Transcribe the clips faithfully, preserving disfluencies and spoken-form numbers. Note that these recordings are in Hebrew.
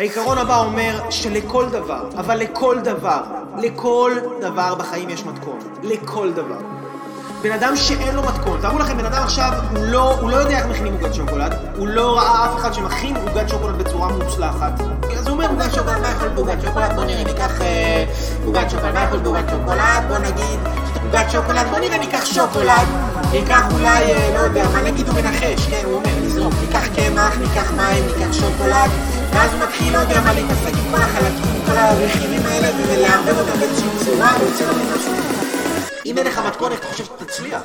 העיקרון הבא אומר שלכל דבר, אבל לכל דבר, לכל דבר בחיים יש מתכון. לכל דבר. בן אדם שאין לו מתכון, תראו לכם, בן אדם עכשיו, הוא לא, הוא לא יודע איך מכינים עוגת שוקולד, הוא לא ראה אף אחד שמכין עוגת שוקולד בצורה מוצלחת. אז הוא אומר, עוגת שוקולד, מה יכול בעוגת שוקולד? בוא נראה, ניקח עוגת שוקולד, מה יכול בעוגת שוקולד? בוא נגיד, עוגת שוקולד, בוא נראה, ניקח שוקולד, ניקח אולי, לא יודע, מה נגיד הוא מנחש, כן, הוא אומר, נזרוק, ניקח קמח, ניקח מים, ניקח שוקולד, ואז הוא מתחיל, לא יודע מה, להתעסק עם כל החלקים, כל הרכיבים האלה, ולערבב אותם באיזושהי צורה, ויוצא לו משהו. אם אין לך מתכון, איך אתה חושב שתצליח?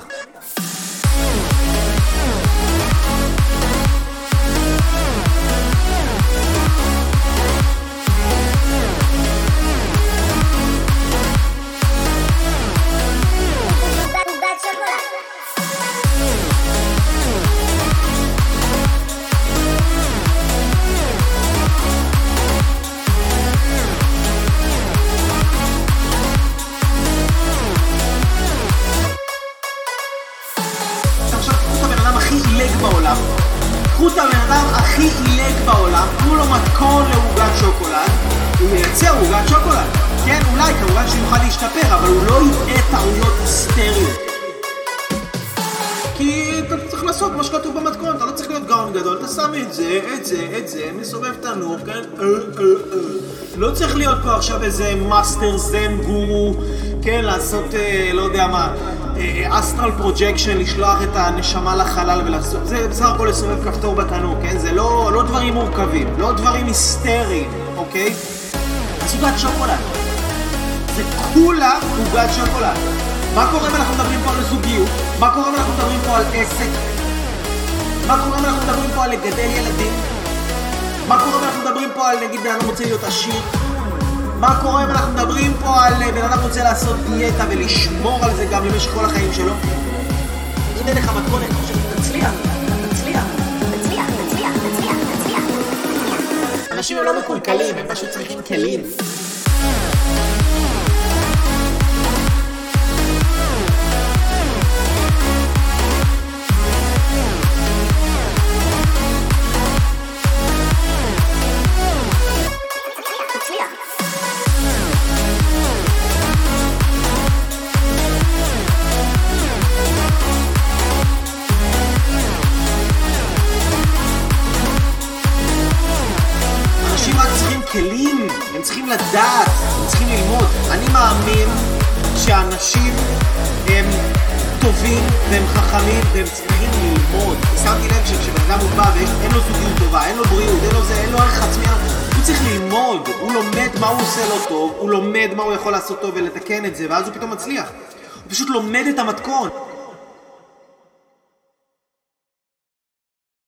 בעולם. קחו את הבן אדם הכי עילג בעולם, תנו לו מתכון לעוגת שוקולד, הוא ייצר עוגת שוקולד. כן, אולי כמובן שהוא יוכל להשתפר, אבל הוא לא יראה טעויות היסטריות. כי אתה צריך לעשות מה שכתוב במתכון, אתה לא צריך להיות גאון גדול, אתה שם את זה, את זה, את זה, מסובב תנור, כן? אה, אה, אה. לא צריך להיות פה עכשיו איזה מאסטר זן גורו, כן, לעשות, אה, לא יודע מה, אסטרל פרוג'קשן, לשלוח את הנשמה לחלל ולעשות, זה בסך הכל לסובב כפתור בתנור, כן? זה לא, לא דברים מורכבים, לא דברים היסטריים, אוקיי? אז עוגת שוקולד. זה כולה עוגת שוקולד. מה קורה אם אנחנו מדברים פה על זוגיות? מה קורה אם אנחנו מדברים פה על עסק? מה קורה אם אנחנו מדברים פה על לגדל ילדים? מה קורה אם אנחנו מדברים פה על, נגיד, בן אדם רוצה להיות עשיר? מה קורה אם אנחנו מדברים פה על בן אדם רוצה לעשות דיאטה ולשמור על זה גם במשך כל החיים שלו? אם אין לך מתכון, אני חושב שתצליח, תצליח, תצליח, תצליח, תצליח, תצליח. אנשים הם לא מקולקלים, הם פשוט צריכים כלים. כלים, הם צריכים לדעת, הם צריכים ללמוד. אני מאמין שאנשים הם טובים והם חכמים והם צריכים ללמוד. שמתי לב שכשבן אדם הוא בא ואין לו זוגיות טובה, אין לו בריאות, אין לו זה, אין לו ערך עצמי, הוא צריך ללמוד, הוא לומד מה הוא עושה לו טוב, הוא לומד מה הוא יכול לעשות טוב ולתקן את זה, ואז הוא פתאום מצליח. הוא פשוט לומד את המתכון.